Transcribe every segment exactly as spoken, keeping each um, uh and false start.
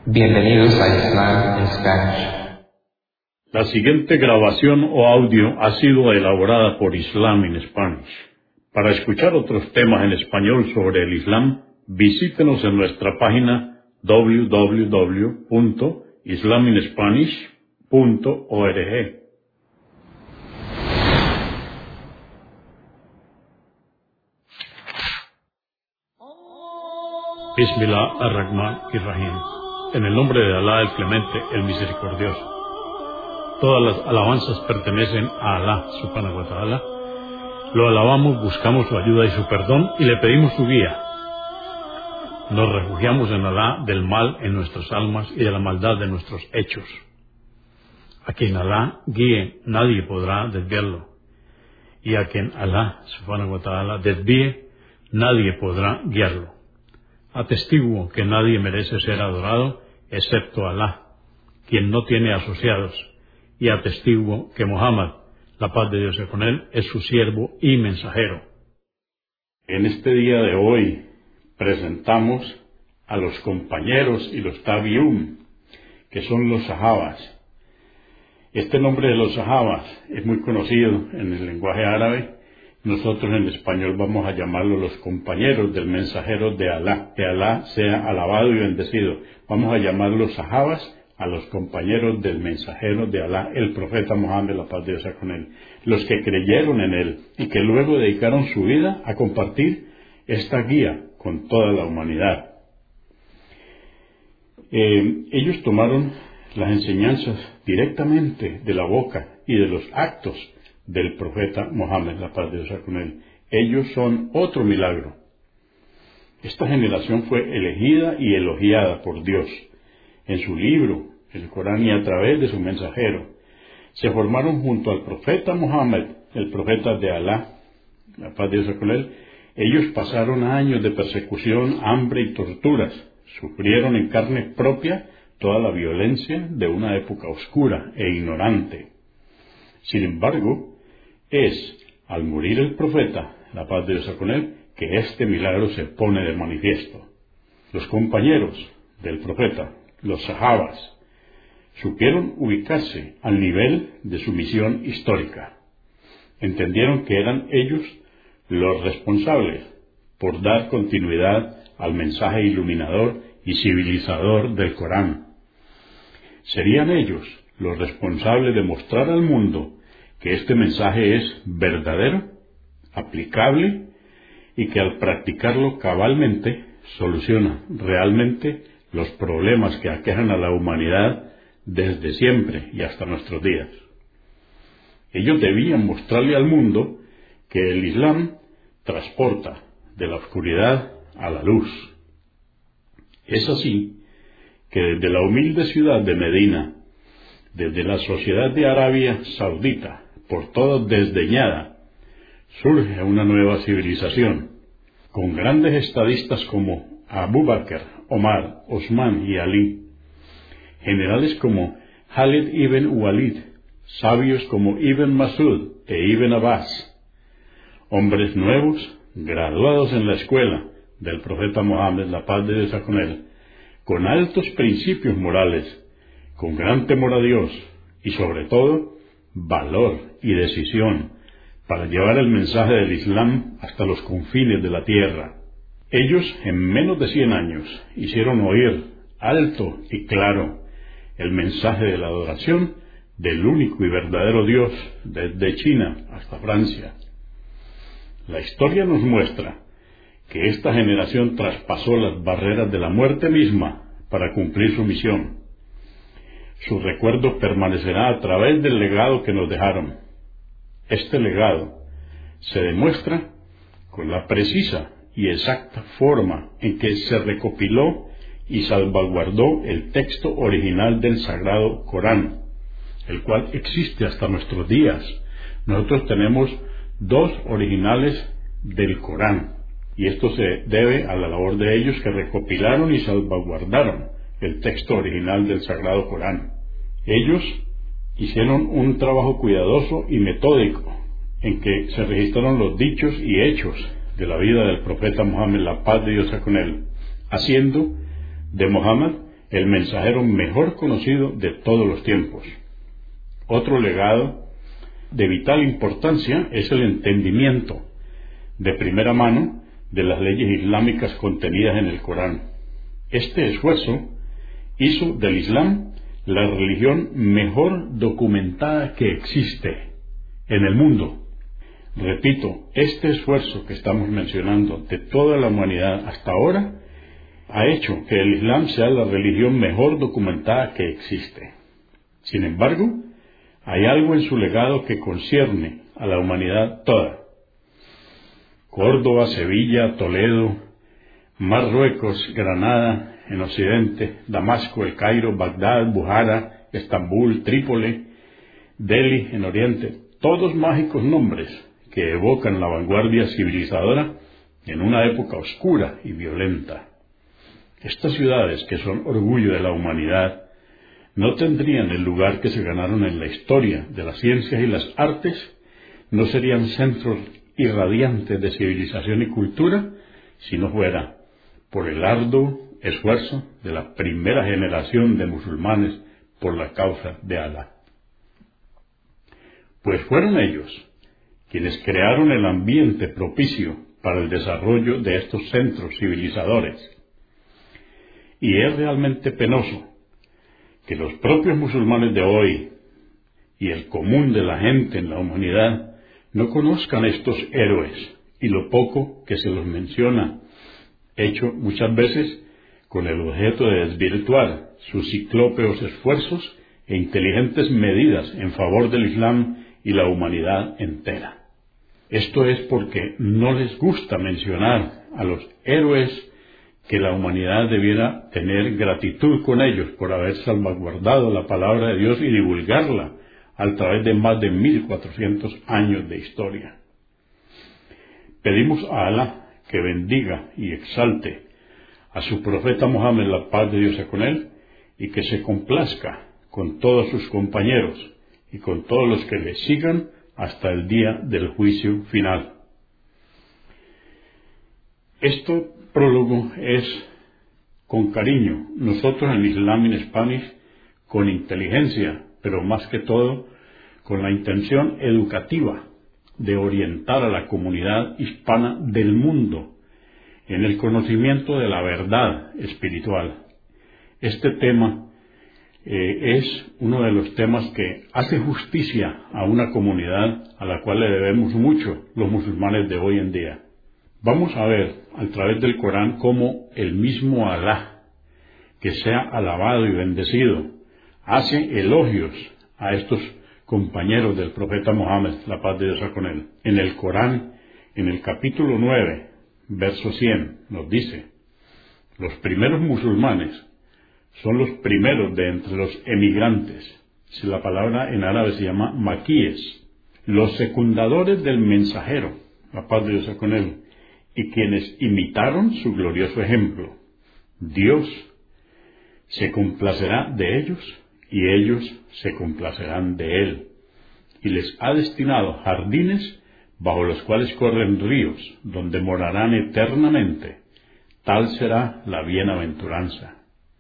Bienvenidos a Islam en Spanish. La siguiente grabación o audio ha sido elaborada por Islam in Spanish. Para escuchar otros temas en español sobre el Islam, visítenos en nuestra página doble u doble u doble u punto islam in spanish punto org. Bismillah ar-Rahman ir-Rahim. En el nombre de Alá, el Clemente, el Misericordioso. Todas las alabanzas pertenecen a Alá, subhanahu wa ta'ala. Lo alabamos, buscamos su ayuda y su perdón y le pedimos su guía. Nos refugiamos en Alá del mal en nuestras almas y de la maldad de nuestros hechos. A quien Alá guíe, nadie podrá desviarlo. Y a quien Alá, subhanahu wa ta'ala, desvíe, nadie podrá guiarlo. Atestiguo que nadie merece ser adorado excepto Alá, quien no tiene asociados, y atestiguo que Muhammad, la paz de Dios sea con él, es su siervo y mensajero. En este día de hoy presentamos a los compañeros y los tabi'un, que son los sahabas. Este nombre de los sahabas es muy conocido en el lenguaje árabe. Nosotros en español vamos a llamarlos los compañeros del mensajero de Alá. Que Alá sea alabado y bendecido. Vamos a llamarlos sahabas a los compañeros del mensajero de Alá, el profeta Muhammad, la paz de Dios sea con él. Los que creyeron en él y que luego dedicaron su vida a compartir esta guía con toda la humanidad. Eh, ellos tomaron las enseñanzas directamente de la boca y de los actos del profeta Muhammad, la paz de Dios sea con él. Ellos son otro milagro. Esta generación fue elegida y elogiada por Dios en su libro, el Corán, y a través de su mensajero. Se formaron junto al profeta Muhammad, el profeta de Alá, la paz de Dios sea con él. Ellos pasaron años de persecución, hambre y torturas. Sufrieron en carne propia toda la violencia de una época oscura e ignorante. Sin embargo, es al morir el profeta, la paz de Dios sea con él, que este milagro se pone de manifiesto. Los compañeros del profeta, los sahabas, supieron ubicarse al nivel de su misión histórica. Entendieron que eran ellos los responsables por dar continuidad al mensaje iluminador y civilizador del Corán. Serían ellos los responsables de mostrar al mundo que este mensaje es verdadero, aplicable y que al practicarlo cabalmente soluciona realmente los problemas que aquejan a la humanidad desde siempre y hasta nuestros días. Ellos debían mostrarle al mundo que el Islam transporta de la oscuridad a la luz. Es así que desde la humilde ciudad de Medina, desde la sociedad de Arabia Saudita, por todos desdeñada, surge una nueva civilización, con grandes estadistas como Abu Bakr, Omar, Osman y Ali, generales como Khalid ibn Walid, sabios como Ibn Masud e Ibn Abbas, hombres nuevos, graduados en la escuela del profeta Muhammad, la paz de Dios sea con él, con altos principios morales, con gran temor a Dios y sobre todo valor y decisión para llevar el mensaje del Islam hasta los confines de la tierra. Ellos en menos de cien años hicieron oír alto y claro el mensaje de la adoración del único y verdadero Dios desde China hasta Francia. La historia nos muestra que esta generación traspasó las barreras de la muerte misma para cumplir su misión. Su recuerdo permanecerá a través del legado que nos dejaron. Este legado se demuestra con la precisa y exacta forma en que se recopiló y salvaguardó el texto original del Sagrado Corán, el cual existe hasta nuestros días. Nosotros tenemos dos originales del Corán, y esto se debe a la labor de ellos que recopilaron y salvaguardaron el texto original del Sagrado Corán. Ellos hicieron un trabajo cuidadoso y metódico en que se registraron los dichos y hechos de la vida del profeta Muhammad, la paz de Dios sea con él, haciendo de Muhammad el mensajero mejor conocido de todos los tiempos. Otro legado de vital importancia es el entendimiento de primera mano de las leyes islámicas contenidas en el Corán. Este esfuerzo hizo del Islam la religión mejor documentada que existe en el mundo. Repito, este esfuerzo que estamos mencionando de toda la humanidad hasta ahora ha hecho que el Islam sea la religión mejor documentada que existe. Sin embargo, hay algo en su legado que concierne a la humanidad toda. Córdoba, Sevilla, Toledo, Marruecos, Granada en Occidente, Damasco, El Cairo, Bagdad, Bujara, Estambul, Trípoli, Delhi en Oriente, todos mágicos nombres que evocan la vanguardia civilizadora en una época oscura y violenta. Estas ciudades, que son orgullo de la humanidad, no tendrían el lugar que se ganaron en la historia de las ciencias y las artes, no serían centros irradiantes de civilización y cultura, si no fuera por el arduo esfuerzo de la primera generación de musulmanes por la causa de Alá. Pues fueron ellos quienes crearon el ambiente propicio para el desarrollo de estos centros civilizadores. Y es realmente penoso que los propios musulmanes de hoy y el común de la gente en la humanidad no conozcan estos héroes y lo poco que se los menciona, hecho muchas veces con el objeto de desvirtuar sus ciclópeos esfuerzos e inteligentes medidas en favor del Islam y la humanidad entera. Esto es porque no les gusta mencionar a los héroes que la humanidad debiera tener gratitud con ellos por haber salvaguardado la palabra de Dios y divulgarla a través de más de mil cuatrocientos años de historia. Pedimos a Alá que bendiga y exalte a su profeta Mohammed, la paz de Dios sea con él, y que se complazca con todos sus compañeros y con todos los que le sigan hasta el día del juicio final. Este prólogo es con cariño, nosotros en Islam in Spanish, con inteligencia, pero más que todo con la intención educativa de orientar a la comunidad hispana del mundo en el conocimiento de la verdad espiritual. Este tema eh, es uno de los temas que hace justicia a una comunidad a la cual le debemos mucho los musulmanes de hoy en día. Vamos a ver a través del Corán cómo el mismo Alá, que sea alabado y bendecido, hace elogios a estos compañeros del profeta Mohammed, la paz de Dios sea con él. En el Corán, en el capítulo nueve, verso cien, nos dice: los primeros musulmanes son los primeros de entre los emigrantes. Si la palabra en árabe se llama maquíes. Los secundadores del mensajero, la paz de Dios sea con él, y quienes imitaron su glorioso ejemplo. Dios se complacerá de ellos y ellos se complacerán de él, y les ha destinado jardines bajo los cuales corren ríos, donde morarán eternamente. Tal será la bienaventuranza.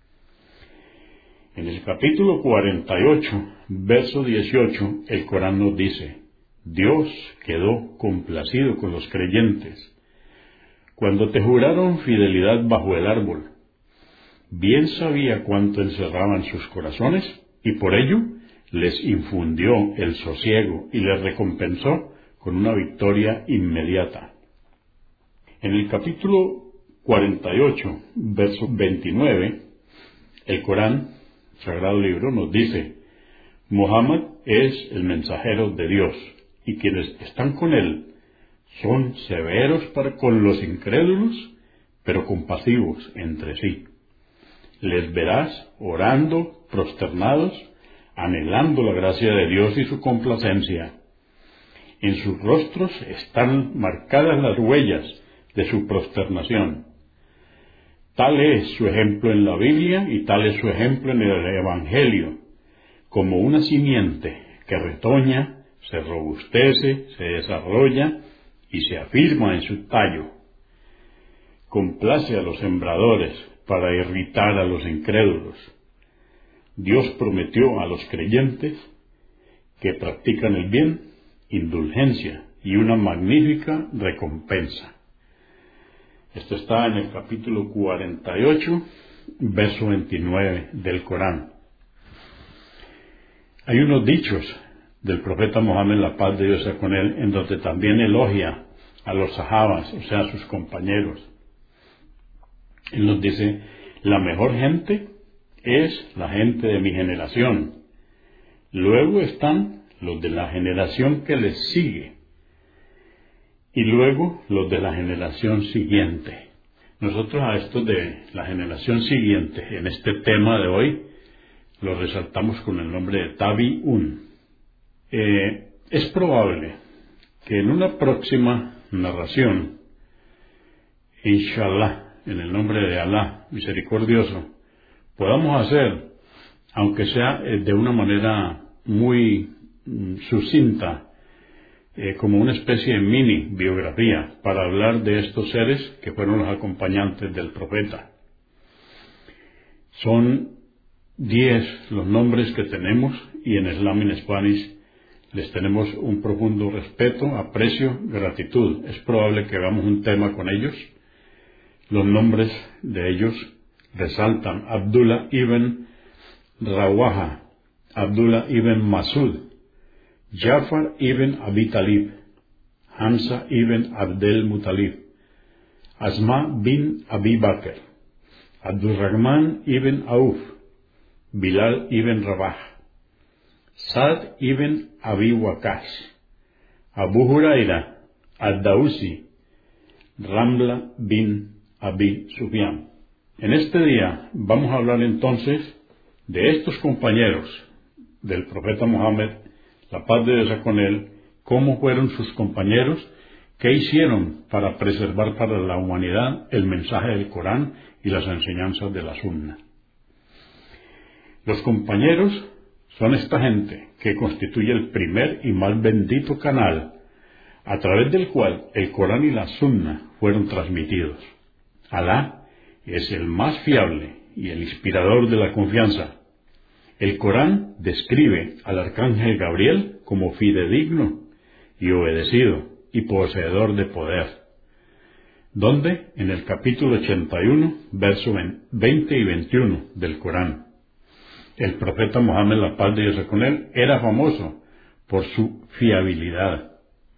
En el capítulo cuarenta y ocho, verso dieciocho, el Corán nos dice: Dios quedó complacido con los creyentes cuando te juraron fidelidad bajo el árbol. Bien sabía cuánto encerraban sus corazones, y por ello les infundió el sosiego y les recompensó con una victoria inmediata. En el capítulo cuarenta y ocho, verso veintinueve, el Corán, Sagrado Libro, nos dice: Muhammad es el mensajero de Dios, y quienes están con él son severos para con los incrédulos, pero compasivos entre sí. Les verás orando, prosternados, anhelando la gracia de Dios y su complacencia. En sus rostros están marcadas las huellas de su prosternación. Tal es su ejemplo en la Biblia y tal es su ejemplo en el Evangelio, como una simiente que retoña, se robustece, se desarrolla y se afirma en su tallo. Complace a los sembradores, para irritar a los incrédulos. Dios prometió a los creyentes que practican el bien, indulgencia y una magnífica recompensa. Esto está en el capítulo cuarenta y ocho, verso veintinueve del Corán. Hay unos dichos del profeta Mohammed, la paz de Dios sea con él, en donde también elogia a los sahabas, o sea, a sus compañeros. Él nos dice: la mejor gente es la gente de mi generación. Luego están los de la generación que les sigue. Y luego los de la generación siguiente. Nosotros a estos de la generación siguiente, en este tema de hoy, lo resaltamos con el nombre de Tabi'un. Eh, es probable que en una próxima narración, inshallah, en el nombre de Alá, misericordioso, podamos hacer, aunque sea eh, de una manera muy mm, sucinta, eh, como una especie de mini biografía, para hablar de estos seres que fueron los acompañantes del profeta. Son diez los nombres que tenemos, y en Islam in Spanish les tenemos un profundo respeto, aprecio, gratitud. Es probable que hagamos un tema con ellos. Los nombres de ellos resaltan: Abdullah ibn Rawaha, Abdullah ibn Masud, Jafar ibn Abi Talib, Hamza ibn Abdel Muttalib, Asma bin Abi Bakr, Abdurrahman ibn Auf, Bilal ibn Rabah, Sa'd ibn Abi Waqqas, Abu Huraira, Ad-Dawsi, Ramla bin Abi Sufyan. En este día vamos a hablar entonces de estos compañeros del profeta Mohammed, la paz de Dios sea con él, cómo fueron sus compañeros, qué hicieron para preservar para la humanidad el mensaje del Corán y las enseñanzas de la Sunna. Los compañeros son esta gente que constituye el primer y más bendito canal a través del cual el Corán y la Sunna fueron transmitidos. Alá es el más fiable y el inspirador de la confianza. El Corán describe al arcángel Gabriel como fidedigno y obedecido y poseedor de poder, donde en el capítulo ochenta y uno, versos veinte y veintiuno del Corán, el profeta Mohammed, la paz de Dios sea con él, era famoso por su fiabilidad.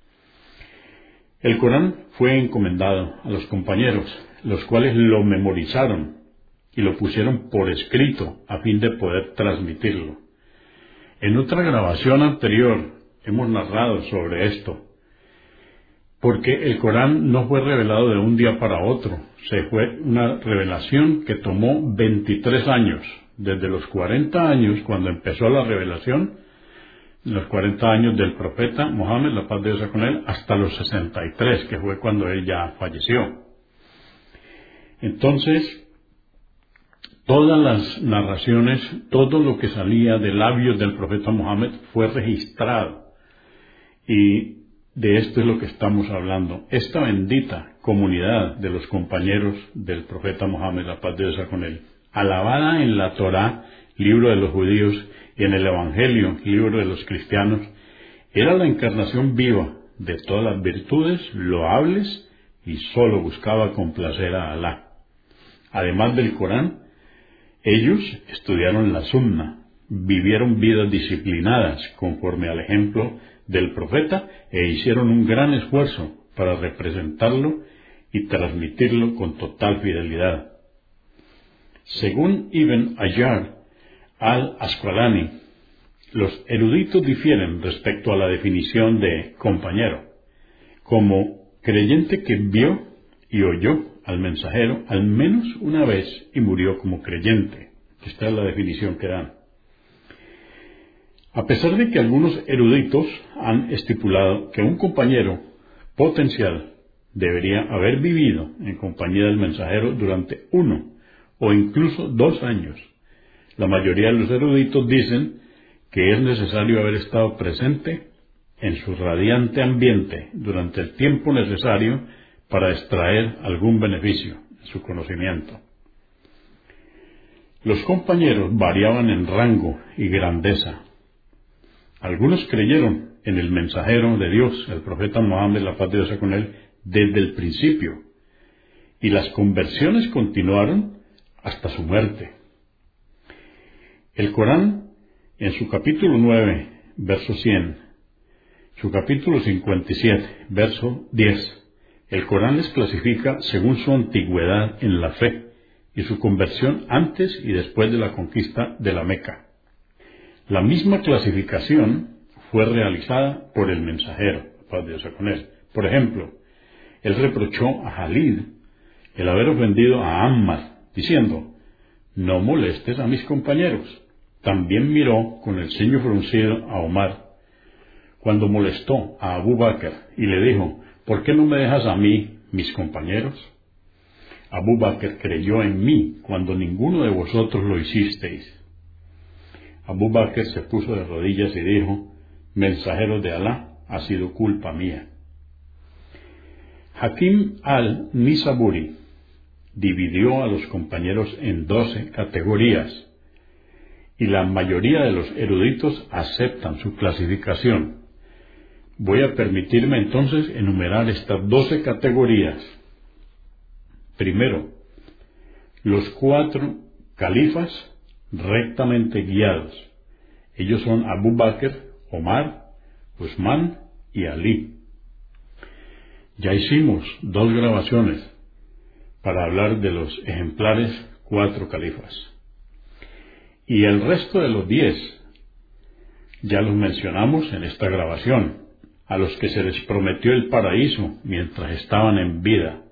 El Corán fue encomendado a los compañeros, los cuales lo memorizaron y lo pusieron por escrito a fin de poder transmitirlo. En otra grabación anterior hemos narrado sobre esto, porque el Corán no fue revelado de un día para otro. Se fue una revelación que tomó veintitrés años, desde los cuarenta años cuando empezó la revelación, los cuarenta años del profeta Mohammed, la paz de Dios sea con él, hasta los sesenta y tres, que fue cuando él ya falleció. Entonces, todas las narraciones, todo lo que salía de labios del profeta Mohammed fue registrado. Y de esto es lo que estamos hablando. Esta bendita comunidad de los compañeros del profeta Mohammed, la paz de Dios sea con él, alabada en la Torá, libro de los judíos, y en el Evangelio, libro de los cristianos, era la encarnación viva de todas las virtudes loables y sólo buscaba complacer a Alá. Además del Corán, ellos estudiaron la Sunna, vivieron vidas disciplinadas conforme al ejemplo del profeta e hicieron un gran esfuerzo para representarlo y transmitirlo con total fidelidad. Según Ibn Hajar al-Asqalani, los eruditos difieren respecto a la definición de compañero, como creyente que vio y oyó al mensajero al menos una vez y murió como creyente. Esta es la definición que dan. A pesar de que algunos eruditos han estipulado que un compañero potencial debería haber vivido en compañía del mensajero durante uno o incluso dos años, la mayoría de los eruditos dicen que es necesario haber estado presente en su radiante ambiente durante el tiempo necesario para extraer algún beneficio en su conocimiento. Los compañeros variaban en rango y grandeza. Algunos creyeron en el mensajero de Dios, el profeta Mohammed, la paz de Dios sea con él, desde el principio, y las conversiones continuaron hasta su muerte. El Corán, en su capítulo nueve, verso cien, su capítulo cincuenta y siete, verso diez, el Corán les clasifica según su antigüedad en la fe y su conversión antes y después de la conquista de la Meca. La misma clasificación fue realizada por el mensajero, paz de Dios sea con él. Por ejemplo, él reprochó a Jalid el haber ofendido a Ammar, diciendo: no molestes a mis compañeros. También miró con el ceño fruncido a Omar, cuando molestó a Abu Bakr y le dijo: ¿por qué no me dejas a mí, mis compañeros? Abu Bakr creyó en mí cuando ninguno de vosotros lo hicisteis. Abu Bakr se puso de rodillas y dijo: mensajero de Alá, ha sido culpa mía. Hakim al-Nisaburi dividió a los compañeros en doce categorías, y la mayoría de los eruditos aceptan su clasificación. Voy a permitirme entonces enumerar estas doce categorías. Primero, los cuatro califas rectamente guiados. Ellos son Abu Bakr, Omar, Usman y Ali. Ya hicimos dos grabaciones para hablar de los ejemplares cuatro califas. Y el resto de los diez ya los mencionamos en esta grabación, a los que se les prometió el paraíso mientras estaban en vida.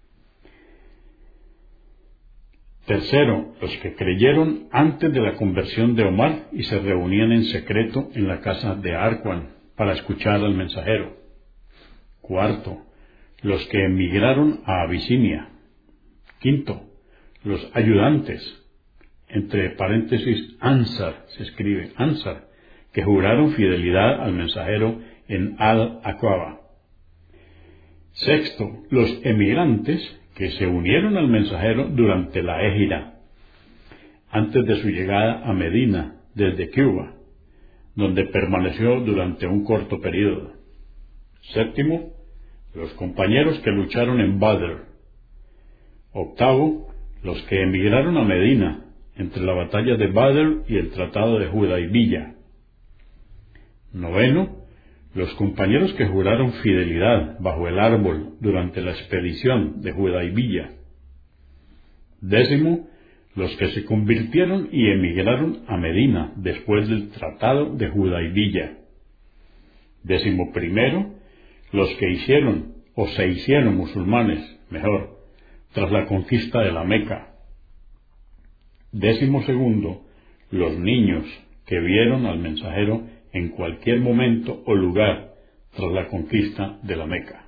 Tercero, los que creyeron antes de la conversión de Omar y se reunían en secreto en la casa de Arqam para escuchar al mensajero. Cuarto, los que emigraron a Abisinia. Quinto, los ayudantes, entre paréntesis Ansar, se escribe Ansar, que juraron fidelidad al mensajero en Al-Aqaba. Sexto, los emigrantes que se unieron al mensajero durante la Égira, antes de su llegada a Medina desde Cuba, donde permaneció durante un corto periodo. Séptimo, los compañeros que lucharon en Badr. Octavo, los que emigraron a Medina entre la batalla de Badr y el tratado de Hudaybiyah. Noveno, los compañeros que juraron fidelidad bajo el árbol durante la expedición de Hudaybiyah. Décimo, los que se convirtieron y emigraron a Medina después del tratado de Hudaybiyah. Décimo primero, los que hicieron o se hicieron musulmanes, mejor, tras la conquista de la Meca. Décimo segundo, los niños que vieron al mensajero en cualquier momento o lugar tras la conquista de la Meca.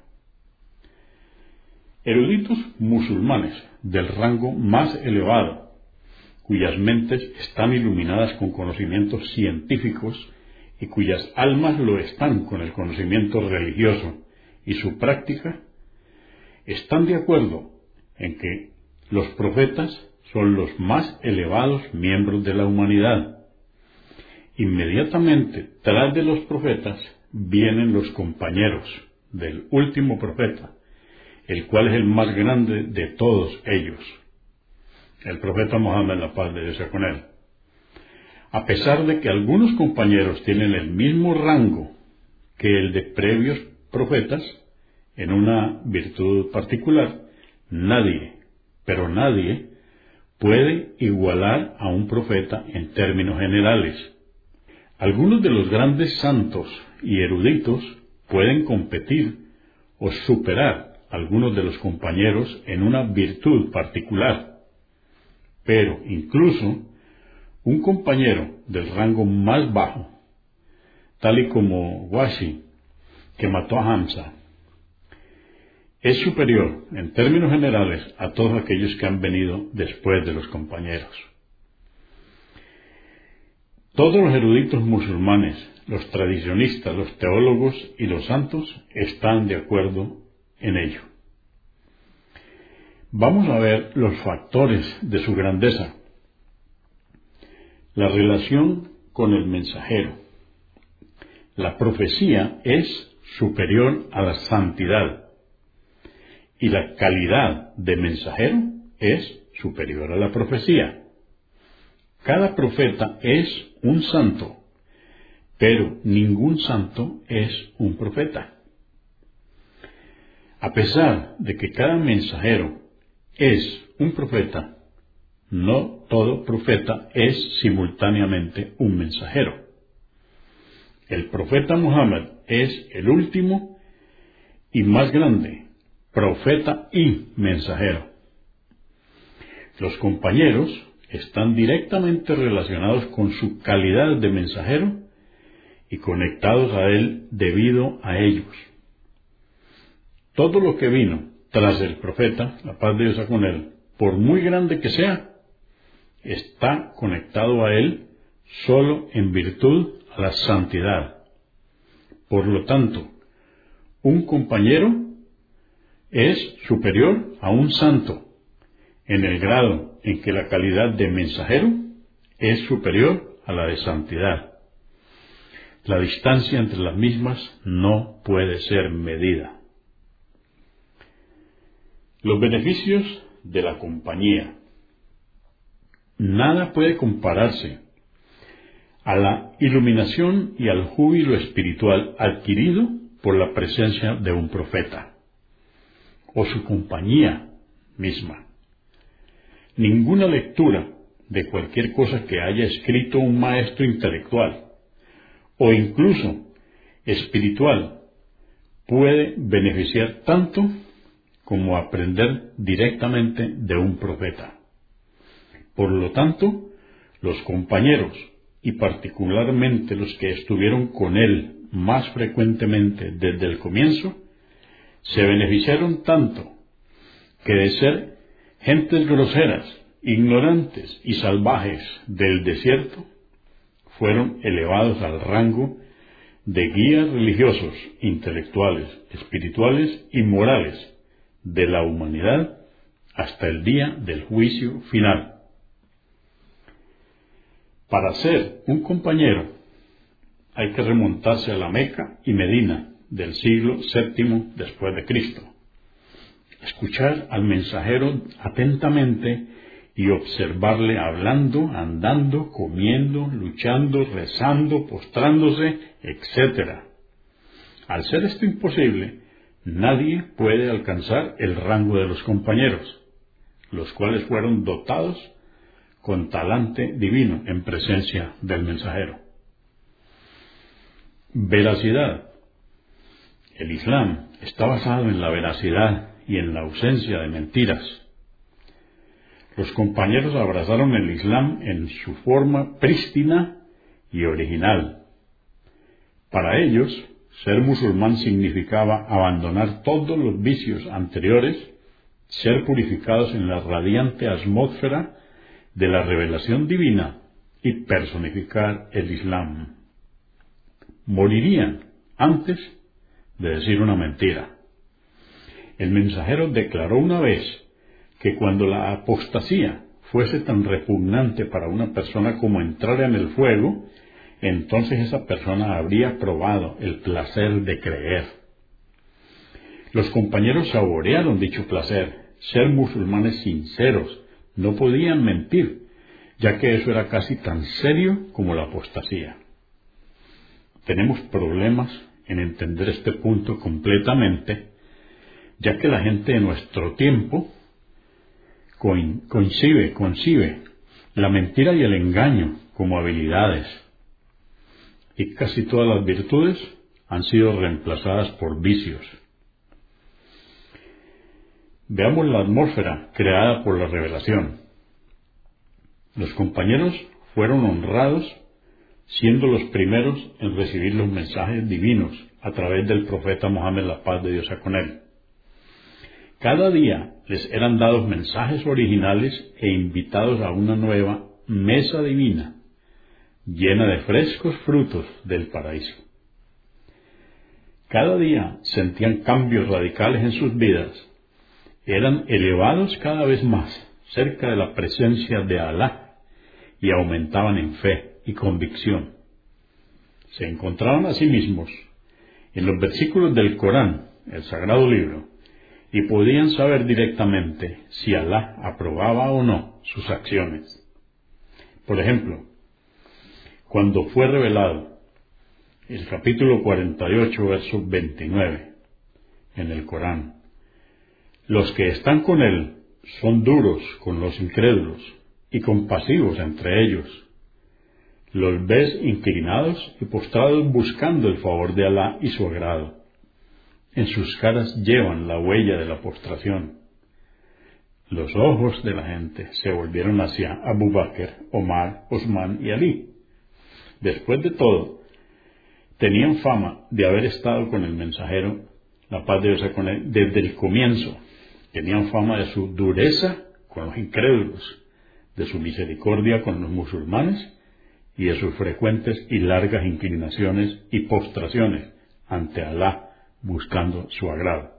Eruditos musulmanes del rango más elevado, cuyas mentes están iluminadas con conocimientos científicos y cuyas almas lo están con el conocimiento religioso y su práctica, están de acuerdo en que los profetas son los más elevados miembros de la humanidad. Inmediatamente tras de los profetas vienen los compañeros del último profeta, el cual es el más grande de todos ellos, el profeta Mohammed, la paz de Dios sea con él. A pesar de que algunos compañeros tienen el mismo rango que el de previos profetas en una virtud particular, nadie, pero nadie, puede igualar a un profeta en términos generales. Algunos de los grandes santos y eruditos pueden competir o superar a algunos de los compañeros en una virtud particular, pero incluso un compañero del rango más bajo, tal y como Washi, que mató a Hamza, es superior en términos generales a todos aquellos que han venido después de los compañeros. Todos los eruditos musulmanes, los tradicionistas, los teólogos y los santos están de acuerdo en ello. Vamos a ver los factores de su grandeza. La relación con el mensajero. La profecía es superior a la santidad y la calidad de mensajero es superior a la profecía. Cada profeta es un santo, pero ningún santo es un profeta. A pesar de que cada mensajero es un profeta, no todo profeta es simultáneamente un mensajero. El profeta Muhammad es el último y más grande profeta y mensajero. Los compañeros están directamente relacionados con su calidad de mensajero y conectados a él debido a ellos. Todo lo que vino tras el profeta, la paz de Dios sea con él, por muy grande que sea, está conectado a él solo en virtud a la santidad. Por lo tanto, un compañero es superior a un santo en el grado en que la calidad de mensajero es superior a la de santidad. La distancia entre las mismas no puede ser medida. Los beneficios de la compañía. Nada puede compararse a la iluminación y al júbilo espiritual adquirido por la presencia de un profeta o su compañía misma. Ninguna lectura de cualquier cosa que haya escrito un maestro intelectual o incluso espiritual puede beneficiar tanto como aprender directamente de un profeta. Por lo tanto, los compañeros, y particularmente los que estuvieron con él más frecuentemente desde el comienzo, se beneficiaron tanto que de ser gentes groseras, ignorantes y salvajes del desierto, fueron elevados al rango de guías religiosos, intelectuales, espirituales y morales de la humanidad hasta el día del juicio final. Para ser un compañero hay que remontarse a la Meca y Medina del siglo séptimo después de Cristo. Escuchar al mensajero atentamente y observarle hablando, andando, comiendo, luchando, rezando, postrándose, etcétera. Al ser esto imposible, nadie puede alcanzar el rango de los compañeros, los cuales fueron dotados con talante divino en presencia del mensajero. Veracidad. El Islam está basado en la veracidad y en la ausencia de mentiras. Los compañeros abrazaron el Islam en su forma prístina y original. Para ellos, ser musulmán significaba abandonar todos los vicios anteriores, ser purificados en la radiante atmósfera de la revelación divina y personificar el Islam. Morirían antes de decir una mentira. El mensajero declaró una vez que cuando la apostasía fuese tan repugnante para una persona como entrar en el fuego, entonces esa persona habría probado el placer de creer. Los compañeros saborearon dicho placer, ser musulmanes sinceros. No podían mentir, ya que eso era casi tan serio como la apostasía. Tenemos problemas en entender este punto completamente, ya que la gente de nuestro tiempo concibe, concibe la mentira y el engaño como habilidades, y casi todas las virtudes han sido reemplazadas por vicios. Veamos la atmósfera creada por la revelación. Los compañeros fueron honrados siendo los primeros en recibir los mensajes divinos a través del profeta Muhammad, la paz de Dios sea con él. Cada día les eran dados mensajes originales e invitados a una nueva mesa divina, llena de frescos frutos del paraíso. Cada día sentían cambios radicales en sus vidas. Eran elevados cada vez más cerca de la presencia de Alá y aumentaban en fe y convicción. Se encontraban a sí mismos en los versículos del Corán, el sagrado libro, y podían saber directamente si Alá aprobaba o no sus acciones. Por ejemplo, cuando fue revelado el capítulo cuarenta y ocho, verso veintinueve, en el Corán, los que están con él son duros con los incrédulos y compasivos entre ellos. Los ves inclinados y postrados buscando el favor de Alá y su agrado. En sus caras llevan la huella de la postración. Los ojos de la gente se volvieron hacia Abu Bakr, Omar, Osman y Alí. Después de todo, tenían fama de haber estado con el mensajero, la paz de Dios con él, desde el comienzo. Tenían fama de su dureza con los incrédulos, de su misericordia con los musulmanes y de sus frecuentes y largas inclinaciones y postraciones ante Alá, buscando su agrado.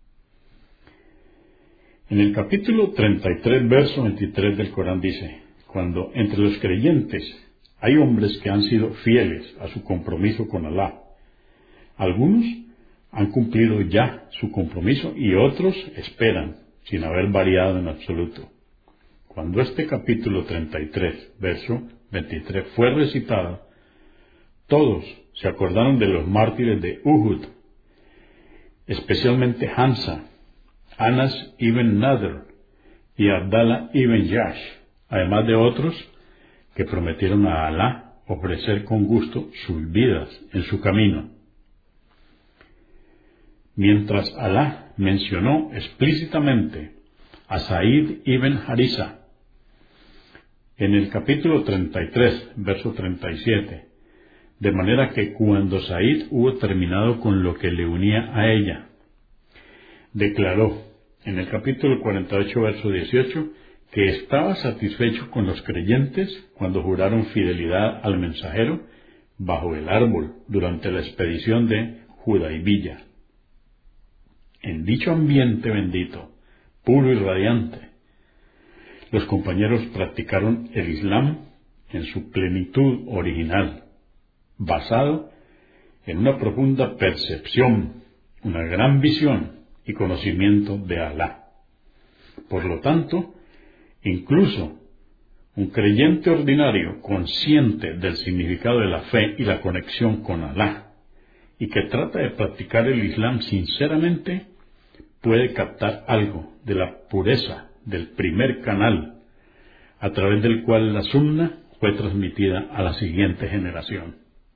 En el capítulo treinta y tres, verso veintitrés del Corán dice, cuando entre los creyentes hay hombres que han sido fieles a su compromiso con Alá, algunos han cumplido ya su compromiso y otros esperan, sin haber variado en absoluto. Cuando este capítulo treinta y tres, verso veintitrés fue recitado, todos se acordaron de los mártires de Uhud, especialmente Hamza, Anas ibn Nadr y Abdallah ibn Yash, además de otros que prometieron a Alá ofrecer con gusto sus vidas en su camino. Mientras Alá mencionó explícitamente a Said ibn Harisa en el capítulo treinta y tres, verso treinta y siete, de manera que cuando Said hubo terminado con lo que le unía a ella, declaró en el capítulo cuarenta y ocho, verso dieciocho, que estaba satisfecho con los creyentes cuando juraron fidelidad al mensajero bajo el árbol durante la expedición de Hudaybiyah. En dicho ambiente bendito, puro y radiante, los compañeros practicaron el Islam en su plenitud original, basado en una profunda percepción, una gran visión y conocimiento de Alá. Por lo tanto, incluso un creyente ordinario consciente del significado de la fe y la conexión con Alá, y que trata de practicar el Islam sinceramente, puede captar algo de la pureza del primer canal a través del cual la sunna fue transmitida a la siguiente generación.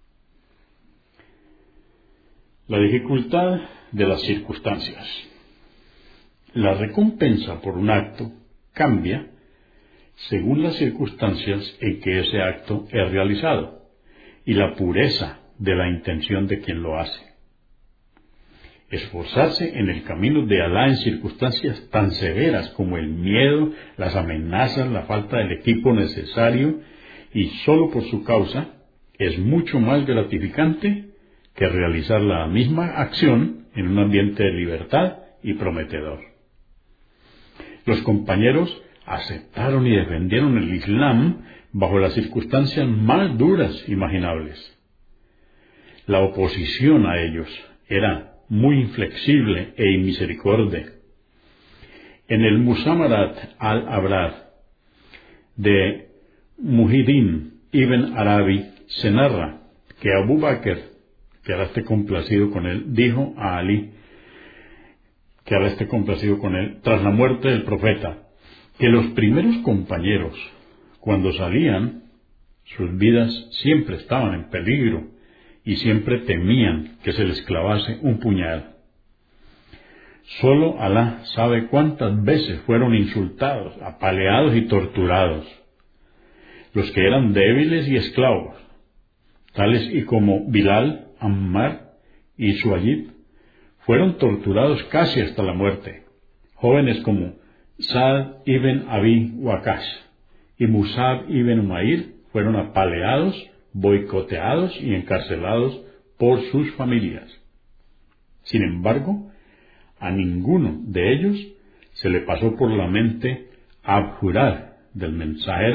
La dificultad de las circunstancias. La recompensa por un acto cambia según las circunstancias en que ese acto es realizado y la pureza de la intención de quien lo hace. Esforzarse en el camino de Alá en circunstancias tan severas como el miedo, las amenazas, la falta del equipo necesario y solo por su causa es mucho más gratificante que realizar la misma acción en un ambiente de libertad y prometedor. Los compañeros aceptaron y defendieron el Islam bajo las circunstancias más duras imaginables. La oposición a ellos era muy inflexible e inmisericordia. En el Musamarat al-Abrad de Muhyiddin ibn Arabi se narra que Abu Bakr, que ahora esté complacido con él, dijo a Ali, que ahora esté complacido con él, tras la muerte del profeta, que los primeros compañeros, cuando salían, sus vidas siempre estaban en peligro y siempre temían que se les clavase un puñal. Solo Alá sabe cuántas veces fueron insultados, apaleados y torturados. Los que eran débiles y esclavos, tales y como Bilal, Ammar y Suayib, fueron torturados casi hasta la muerte. Jóvenes como Sa'd ibn Abi Waqqas y Musab ibn Umair fueron apaleados, boicoteados y encarcelados por sus familias. Sin embargo, a ninguno de ellos se le pasó por la mente abjurar del mensajero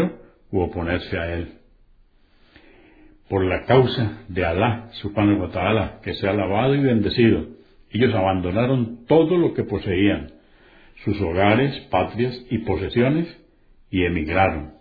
u oponerse a él. Por la causa de Alá, subhanahu wa ta'ala, que sea alabado y bendecido, ellos abandonaron todo lo que poseían, sus hogares, patrias y posesiones, y emigraron.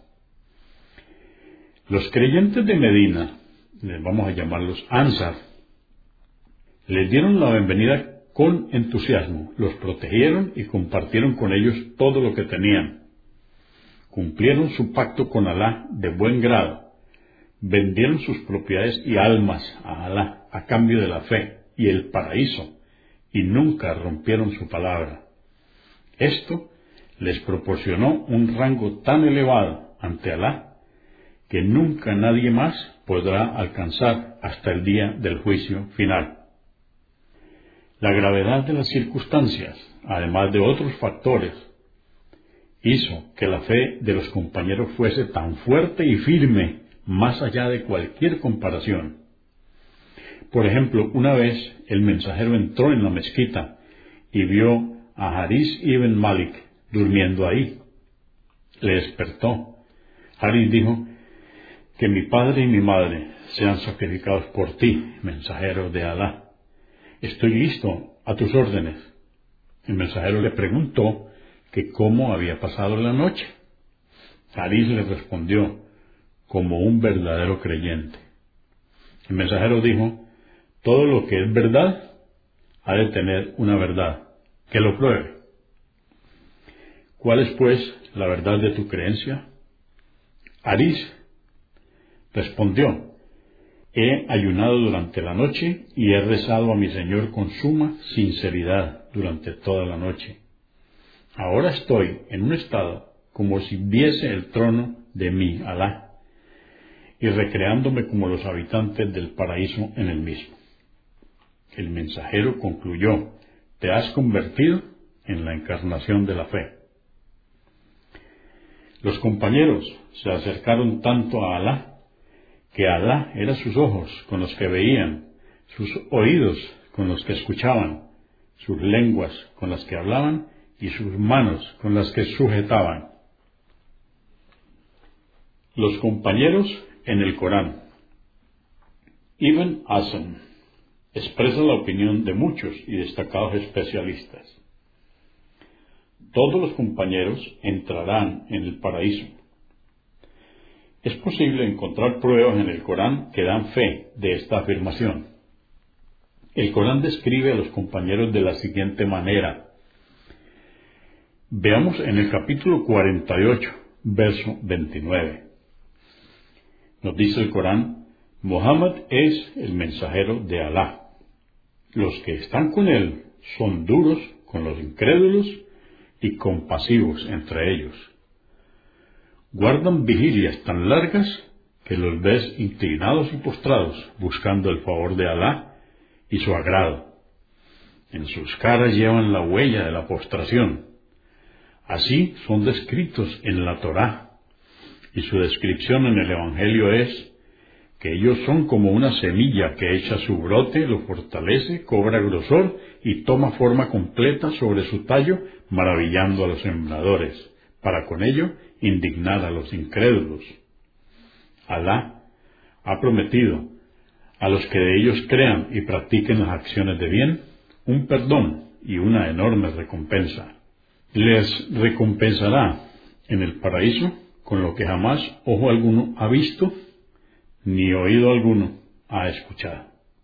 Los creyentes de Medina, les vamos a llamarlos Ansar, les dieron la bienvenida con entusiasmo, los protegieron y compartieron con ellos todo lo que tenían. Cumplieron su pacto con Alá de buen grado, vendieron sus propiedades y almas a Alá a cambio de la fe y el paraíso, y nunca rompieron su palabra. Esto les proporcionó un rango tan elevado ante Alá que nunca nadie más podrá alcanzar hasta el día del juicio final. La gravedad de las circunstancias, además de otros factores, hizo que la fe de los compañeros fuese tan fuerte y firme más allá de cualquier comparación. Por ejemplo, una vez el mensajero entró en la mezquita y vio a Haris ibn Malik durmiendo ahí. Le despertó. Haris dijo: que mi padre y mi madre sean sacrificados por ti, mensajero de Alá. Estoy listo a tus órdenes. El mensajero le preguntó que cómo había pasado la noche. Haris le respondió: como un verdadero creyente. El mensajero dijo: todo lo que es verdad ha de tener una verdad, que lo pruebe. ¿Cuál es, pues, la verdad de tu creencia? Haris respondió: he ayunado durante la noche y he rezado a mi Señor con suma sinceridad durante toda la noche. Ahora estoy en un estado como si viese el trono de mi Alá y recreándome como los habitantes del paraíso en el mismo. El mensajero concluyó: te has convertido en la encarnación de la fe. Los compañeros se acercaron tanto a Alá que Alá era sus ojos con los que veían, sus oídos con los que escuchaban, sus lenguas con las que hablaban y sus manos con las que sujetaban. Los compañeros en el Corán. Ibn Hazm expresa la opinión de muchos y destacados especialistas. Todos los compañeros entrarán en el paraíso. Es posible encontrar pruebas en el Corán que dan fe de esta afirmación. El Corán describe a los compañeros de la siguiente manera. Veamos en el capítulo cuarenta y ocho, verso veintinueve. Nos dice el Corán: Muhammad es el mensajero de Alá. Los que están con él son duros con los incrédulos y compasivos entre ellos. Guardan vigilias tan largas que los ves inclinados y postrados buscando el favor de Alá y su agrado. En sus caras llevan la huella de la postración. Así son descritos en la Torá, y su descripción en el Evangelio es que ellos son como una semilla que echa su brote, lo fortalece, cobra grosor y toma forma completa sobre su tallo, maravillando a los sembradores, para con ello indignar a los incrédulos. Alá ha prometido a los que de ellos crean y practiquen las acciones de bien un perdón y una enorme recompensa. Les recompensará en el paraíso con lo que jamás ojo alguno ha visto ni oído alguno ha escuchado.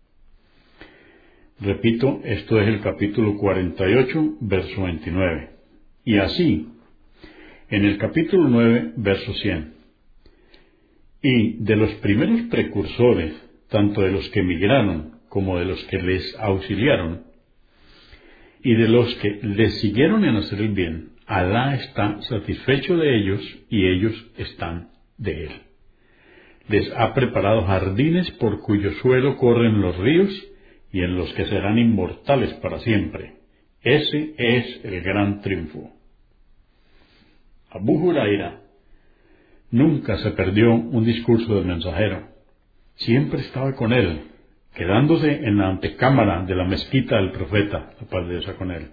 Repito, esto es el capítulo cuarenta y ocho, verso veintinueve. Y así, en el capítulo nueve, verso cien. Y de los primeros precursores, tanto de los que emigraron como de los que les auxiliaron, y de los que les siguieron en hacer el bien, Alá está satisfecho de ellos y ellos están de él. Les ha preparado jardines por cuyo suelo corren los ríos y en los que serán inmortales para siempre. Ese es el gran triunfo. Abu Huraira nunca se perdió un discurso del mensajero. Siempre estaba con él, quedándose en la antecámara de la mezquita del profeta, la paz de Dios sea con él.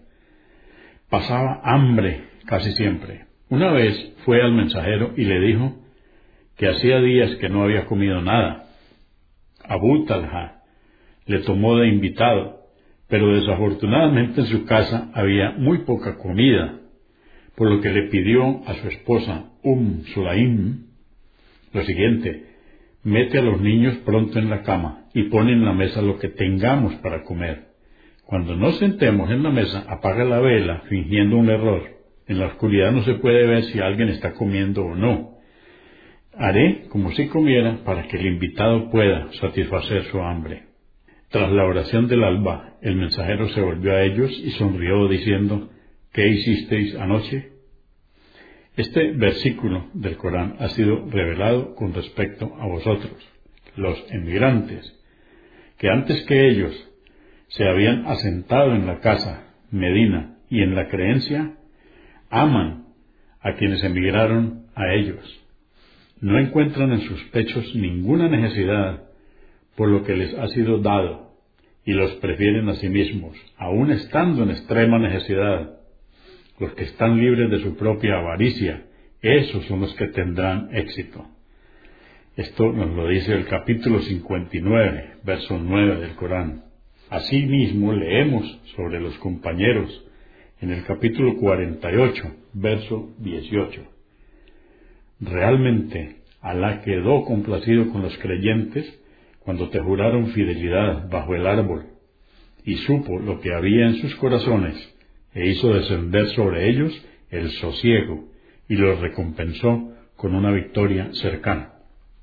Pasaba hambre casi siempre. Una vez fue al mensajero y le dijo que hacía días que no había comido nada. Abú Talha le tomó de invitado, pero desafortunadamente en su casa había muy poca comida, por lo que le pidió a su esposa Umm Sulaim lo siguiente: mete a los niños pronto en la cama y pon en la mesa lo que tengamos para comer. Cuando nos sentemos en la mesa, apaga la vela, fingiendo un error. En la oscuridad no se puede ver si alguien está comiendo o no. Haré como si comiera para que el invitado pueda satisfacer su hambre. Tras la oración del alba, el mensajero se volvió a ellos y sonrió diciendo: ¿qué hicisteis anoche? Este versículo del Corán ha sido revelado con respecto a vosotros, los emigrantes, que antes que ellos se habían asentado en la casa, Medina, y en la creencia, aman a quienes emigraron a ellos. No encuentran en sus pechos ninguna necesidad por lo que les ha sido dado, y los prefieren a sí mismos, aun estando en extrema necesidad. Los que están libres de su propia avaricia, esos son los que tendrán éxito. Esto nos lo dice el capítulo cincuenta y nueve, verso nueve del Corán. Asimismo leemos sobre los compañeros en el capítulo cuarenta y ocho, verso dieciocho. Realmente Alá quedó complacido con los creyentes cuando te juraron fidelidad bajo el árbol, y supo lo que había en sus corazones, e hizo descender sobre ellos el sosiego, y los recompensó con una victoria cercana.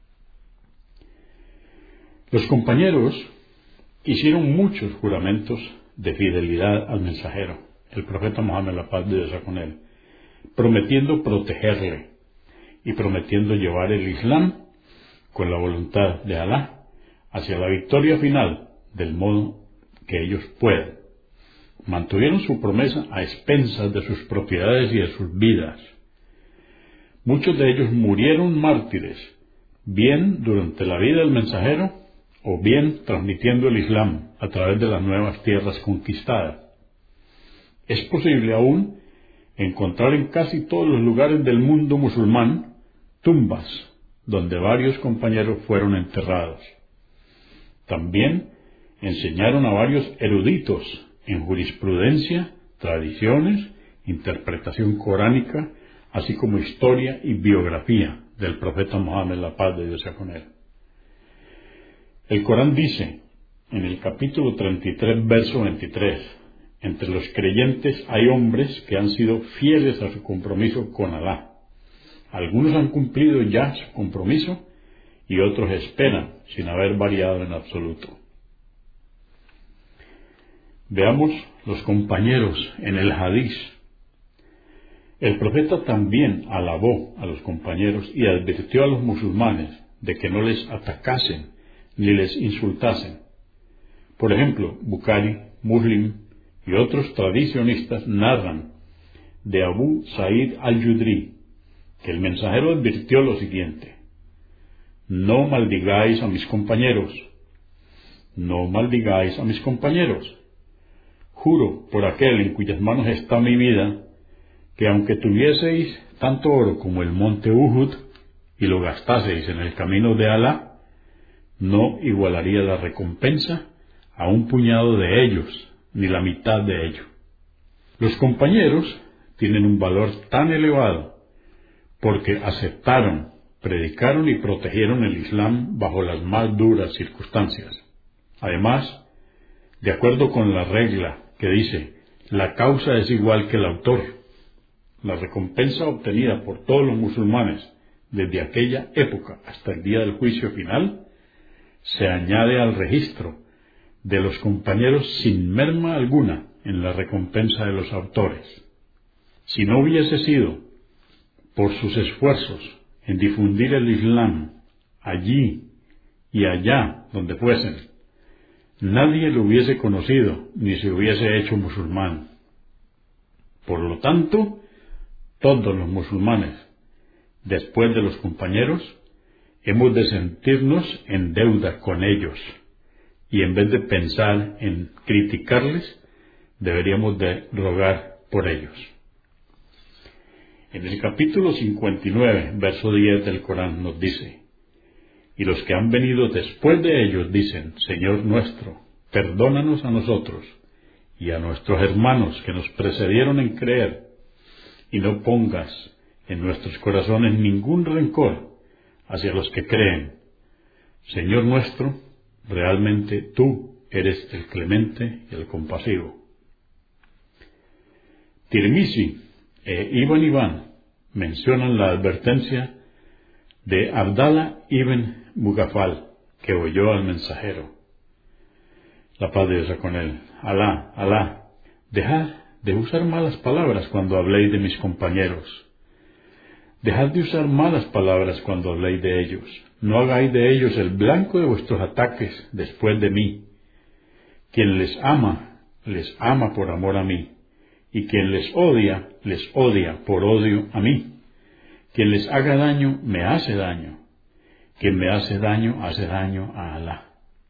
Los compañeros hicieron muchos juramentos de fidelidad al mensajero, el profeta Mohammed, la paz de Dios sea con él, prometiendo protegerle y prometiendo llevar el Islam con la voluntad de Alá hacia la victoria final del modo que ellos puedan. Mantuvieron su promesa a expensas de sus propiedades y de sus vidas. Muchos de ellos murieron mártires, bien durante la vida del mensajero o bien transmitiendo el Islam a través de las nuevas tierras conquistadas. Es posible aún encontrar en casi todos los lugares del mundo musulmán tumbas donde varios compañeros fueron enterrados. También enseñaron a varios eruditos en jurisprudencia, tradiciones, interpretación coránica, así como historia y biografía del profeta Mohammed, la paz de Dios sea con él. El Corán dice, en el capítulo treinta y tres, verso veintitrés, entre los creyentes hay hombres que han sido fieles a su compromiso con Alá. Algunos han cumplido ya su compromiso y otros esperan sin haber variado en absoluto. Veamos los compañeros en el hadiz. El profeta también alabó a los compañeros y advirtió a los musulmanes de que no les atacasen ni les insultasen. Por ejemplo, Bukhari, Muslim y otros tradicionistas narran de Abu Sa'id al-Yudri que el mensajero advirtió lo siguiente: no maldigáis a mis compañeros, no maldigáis a mis compañeros. Juro por aquel en cuyas manos está mi vida, que aunque tuvieseis tanto oro como el monte Uhud y lo gastaseis en el camino de Alá, no igualaría la recompensa a un puñado de ellos, ni la mitad de ello. Los compañeros tienen un valor tan elevado porque aceptaron, predicaron y protegieron el Islam bajo las más duras circunstancias. Además, de acuerdo con la regla que dice, la causa es igual que el autor, la recompensa obtenida por todos los musulmanes desde aquella época hasta el día del juicio final se añade al registro de los compañeros sin merma alguna en la recompensa de los autores. Si no hubiese sido por sus esfuerzos en difundir el Islam allí y allá donde fuesen, nadie lo hubiese conocido ni se hubiese hecho musulmán. Por lo tanto, todos los musulmanes, después de los compañeros, hemos de sentirnos en deuda con ellos, y en vez de pensar en criticarles, deberíamos de rogar por ellos. En el capítulo cincuenta y nueve, verso diez del Corán nos dice: y los que han venido después de ellos dicen: Señor nuestro, perdónanos a nosotros y a nuestros hermanos que nos precedieron en creer, y no pongas en nuestros corazones ningún rencor hacia los que creen. Señor nuestro, realmente tú eres el clemente y el compasivo. Tirmizi e Ibn Hibban mencionan la advertencia de Abdallah ibn Mughaffal, que oyó al mensajero, la paz de Dios con él: Alá, Alá, dejad de usar malas palabras cuando habléis de mis compañeros. Dejad de usar malas palabras cuando habléis de ellos. No hagáis de ellos el blanco de vuestros ataques después de mí. Quien les ama, les ama por amor a mí. Y quien les odia, les odia por odio a mí. Quien les haga daño, me hace daño. Quien me hace daño, hace daño a Alá.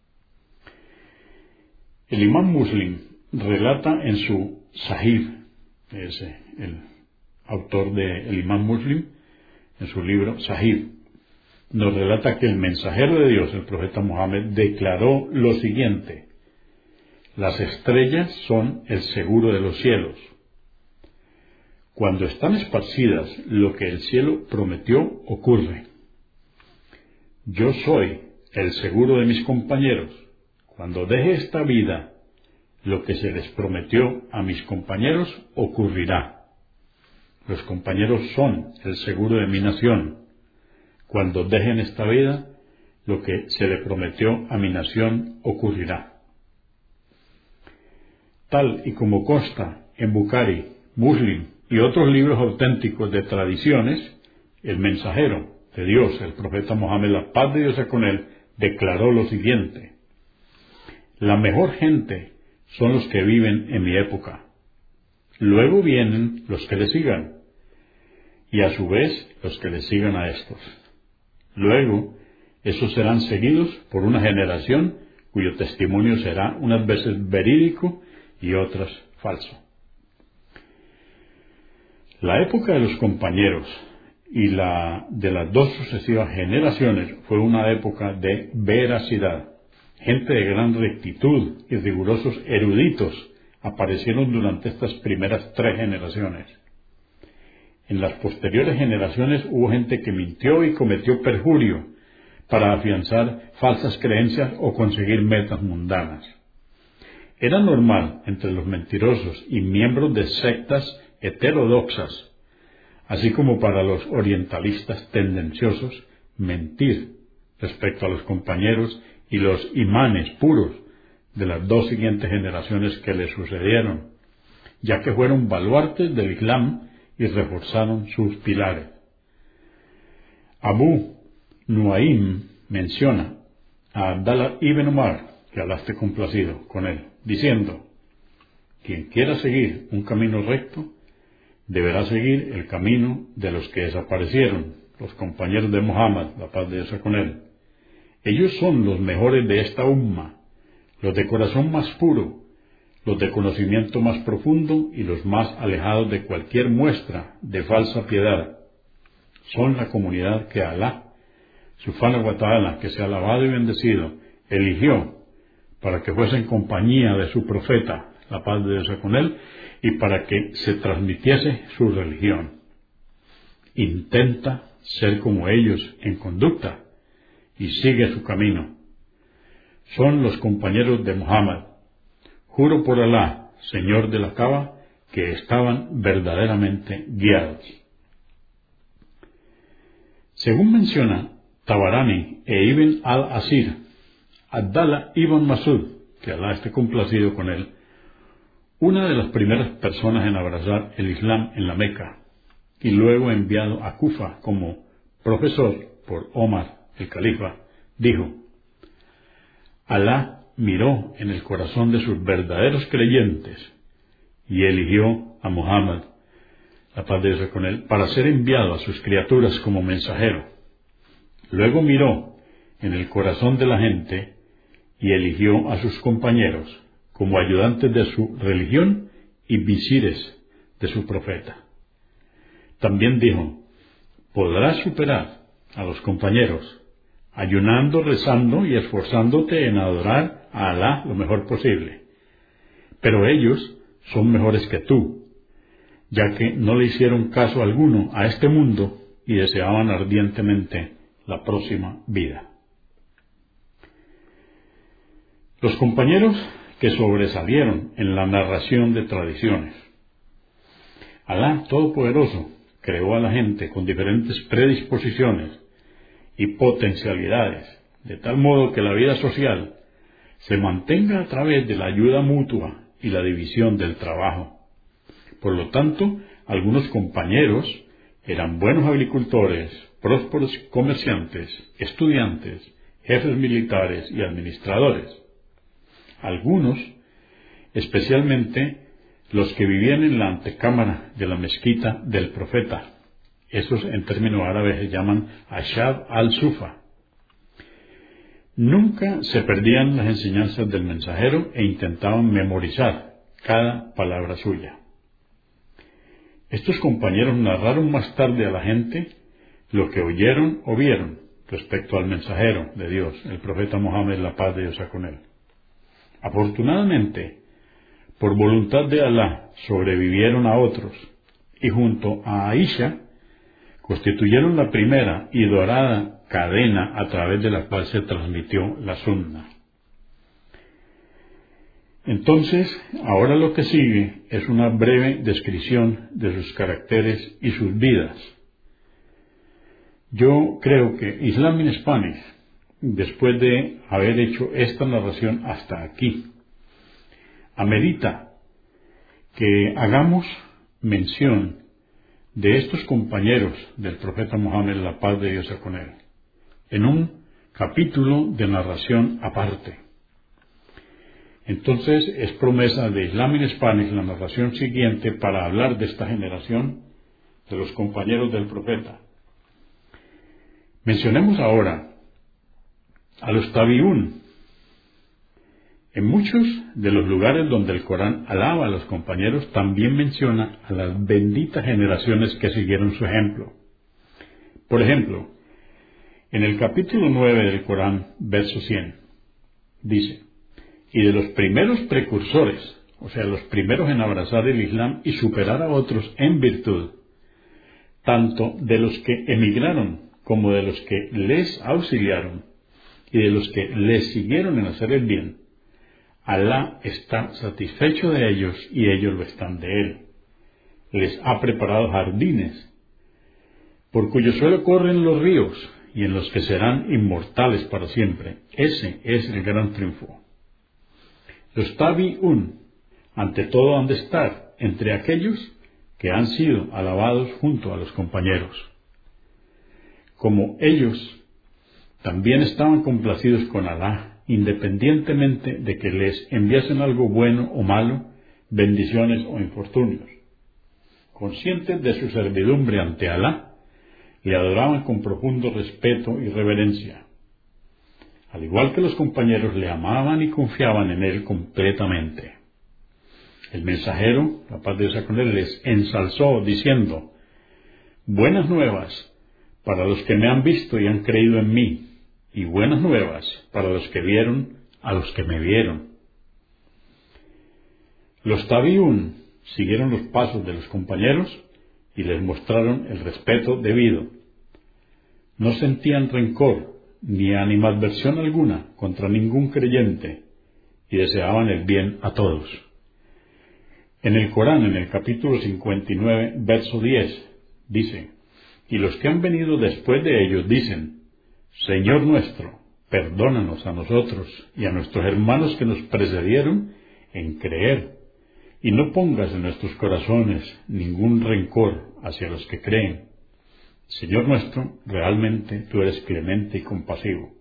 El imán Muslim relata en su Sahih, es el autor del imán Muslim, en su libro Sahih, nos relata que el mensajero de Dios, el profeta Mohammed, declaró lo siguiente: las estrellas son el seguro de los cielos. Cuando están esparcidas, lo que el cielo prometió ocurre. Yo soy el seguro de mis compañeros. Cuando deje esta vida, lo que se les prometió a mis compañeros ocurrirá. Los compañeros son el seguro de mi nación. Cuando dejen esta vida, lo que se le prometió a mi nación ocurrirá. Tal y como consta en Bukhari, Muslim y otros libros auténticos de tradiciones, el mensajero de Dios, el profeta Mohammed, la paz de Dios sea con él, declaró lo siguiente: la mejor gente son los que viven en mi época. Luego vienen los que le sigan, y a su vez los que le sigan a estos. Luego, esos serán seguidos por una generación cuyo testimonio será unas veces verídico y otras falso. La época de los compañeros y la de las dos sucesivas generaciones fue una época de veracidad. Gente de gran rectitud y rigurosos eruditos aparecieron durante estas primeras tres generaciones. En las posteriores generaciones hubo gente que mintió y cometió perjurio para afianzar falsas creencias o conseguir metas mundanas. Era normal entre los mentirosos y miembros de sectas heterodoxas, así como para los orientalistas tendenciosos, mentir respecto a los compañeros y los imanes puros de las dos siguientes generaciones que le sucedieron, ya que fueron baluartes del Islam y reforzaron sus pilares. Abu Nuaym menciona a Abdallah ibn Umar, que Alá esté complacido con él, diciendo: quien quiera seguir un camino recto, deberá seguir el camino de los que desaparecieron, los compañeros de Muhammad, la paz de Dios sea con él. Ellos son los mejores de esta umma, los de corazón más puro, los de conocimiento más profundo y los más alejados de cualquier muestra de falsa piedad. Son la comunidad que Alá, Subhanahu wa ta'ala, que sea alabado y bendecido, eligió para que fuesen compañía de su profeta, la paz de Dios sea con él, y para que se transmitiese su religión. Intenta ser como ellos en conducta y sigue su camino. Son los compañeros de Muhammad. Juro por Alá, Señor de la Kaaba, que estaban verdaderamente guiados. Según menciona Tabarani e Ibn al-Asir, Abdallah ibn Masud, que Alá esté complacido con él, una de las primeras personas en abrazar el Islam en la Meca, y luego enviado a Kufa como profesor por Omar, el califa, dijo: Alá miró en el corazón de sus verdaderos creyentes y eligió a Muhammad, la paz de Dios sea con él, para ser enviado a sus criaturas como mensajero. Luego miró en el corazón de la gente y eligió a sus compañeros como ayudantes de su religión y visires de su profeta. También dijo, podrás superar a los compañeros, ayunando, rezando y esforzándote en adorar a Alá lo mejor posible. Pero ellos son mejores que tú, ya que no le hicieron caso alguno a este mundo y deseaban ardientemente la próxima vida. Los compañeros que sobresalieron en la narración de tradiciones. Alá Todopoderoso creó a la gente con diferentes predisposiciones y potencialidades, de tal modo que la vida social se mantenga a través de la ayuda mutua y la división del trabajo. Por lo tanto, algunos compañeros eran buenos agricultores, prósperos comerciantes, estudiantes, jefes militares y administradores. Algunos, especialmente los que vivían en la antecámara de la mezquita del profeta, esos en términos árabes se llaman Ashab al-Sufa, nunca se perdían las enseñanzas del mensajero e intentaban memorizar cada palabra suya. Estos compañeros narraron más tarde a la gente lo que oyeron o vieron respecto al mensajero de Dios, el profeta Mohammed, la paz de Dios sea con él. Afortunadamente, por voluntad de Alá, sobrevivieron a otros y junto a Aisha constituyeron la primera y dorada cadena a través de la cual se transmitió la sunna. Entonces, ahora lo que sigue es una breve descripción de sus caracteres y sus vidas. Yo creo que Islam in Spanish, después de haber hecho esta narración hasta aquí, amerita que hagamos mención de estos compañeros del profeta Mohammed, la paz de Dios sea con él, en un capítulo de narración aparte. Entonces es promesa de Islam in Spanish la narración siguiente para hablar de esta generación de los compañeros del profeta. Mencionemos ahora a los tabiún. En muchos de los lugares donde el Corán alaba a los compañeros, también menciona a las benditas generaciones que siguieron su ejemplo. Por ejemplo, en el capítulo nueve del Corán, verso cien, dice, y de los primeros precursores, o sea, los primeros en abrazar el Islam y superar a otros en virtud, tanto de los que emigraron como de los que les auxiliaron y de los que les siguieron en hacer el bien, Alá está satisfecho de ellos y ellos lo están de él. Les ha preparado jardines, por cuyo suelo corren los ríos y en los que serán inmortales para siempre. Ese es el gran triunfo. Los tabi'un, ante todo, han de estar entre aquellos que han sido alabados junto a los compañeros. Como ellos también estaban complacidos con Alá, independientemente de que les enviasen algo bueno o malo, bendiciones o infortunios. Conscientes de su servidumbre ante Alá, le adoraban con profundo respeto y reverencia. Al igual que los compañeros, le amaban y confiaban en él completamente. El mensajero, la paz de Dios sea con él, les ensalzó diciendo, buenas nuevas para los que me han visto y han creído en mí, y buenas nuevas para los que vieron a los que me vieron. Los tabiún siguieron los pasos de los compañeros y les mostraron el respeto debido. No sentían rencor ni animadversión alguna contra ningún creyente y deseaban el bien a todos. En el Corán, en el capítulo cincuenta y nueve, verso diez, dice, y los que han venido después de ellos dicen, Señor nuestro, perdónanos a nosotros y a nuestros hermanos que nos precedieron en creer, y no pongas en nuestros corazones ningún rencor hacia los que creen. Señor nuestro, realmente tú eres clemente y compasivo.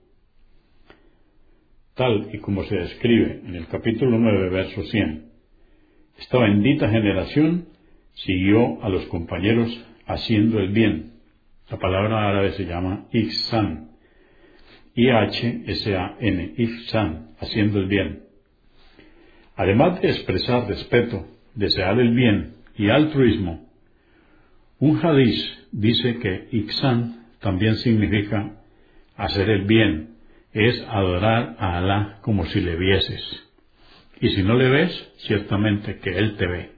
Tal y como se describe en el capítulo nueve, verso cien, esta bendita generación siguió a los compañeros haciendo el bien. La palabra árabe se llama ihsan, I H S A N, ihsan, haciendo el bien. Además de expresar respeto, desear el bien y altruismo, Un hadiz dice que ihsán también significa hacer el bien, es adorar a Alá como si le vieses. Y si no le ves, ciertamente que Él te ve.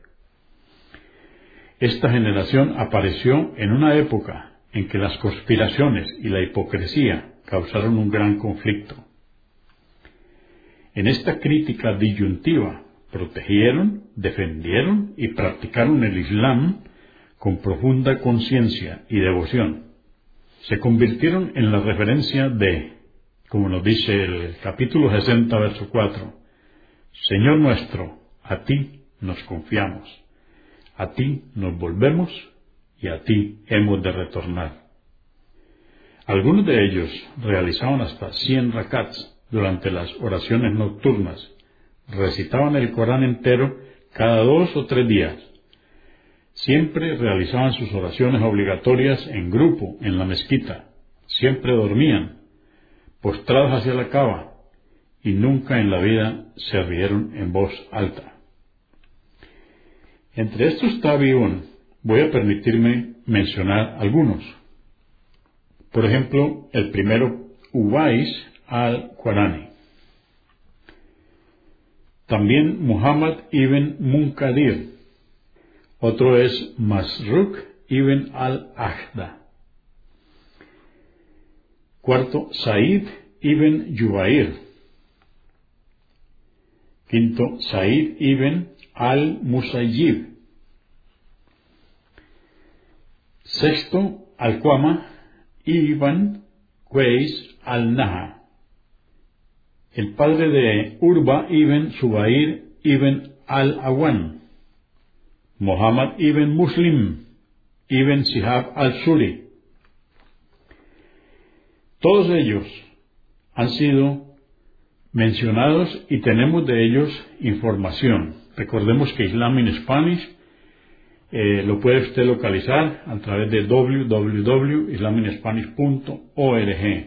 Esta generación apareció en una época en que las conspiraciones y la hipocresía causaron un gran conflicto. En esta crítica disyuntiva, protegieron, defendieron y practicaron el Islam con profunda conciencia y devoción. Se convirtieron en la referencia de, como nos dice el capítulo sesenta, verso cuatro, Señor nuestro, a ti nos confiamos, a ti nos volvemos y a ti hemos de retornar. Algunos de ellos realizaban hasta cien rakats durante las oraciones nocturnas, recitaban el Corán entero cada dos o tres días. Siempre realizaban sus oraciones obligatorias en grupo en la mezquita, siempre dormían, postrados hacia la cama, y nunca en la vida se rieron en voz alta. Entre estos tabiún voy a permitirme mencionar algunos. Por ejemplo, el primero, Uwais al-Qarani. También Muhammad ibn Munkadir. Otro es Masruq ibn al-Ahda. Cuarto, Said ibn Jubair. Quinto, Said ibn al-Musayyib. Sexto, Alqama ibn Qais al-Naha, el padre de Urba ibn Zubair ibn al-Awan. Muhammad ibn Muslim ibn Shihab al-Suri. Todos ellos han sido mencionados y tenemos de ellos información. Recordemos que Islam in Spanish eh, lo puede usted localizar a través de w w w punto islam in spanish punto org.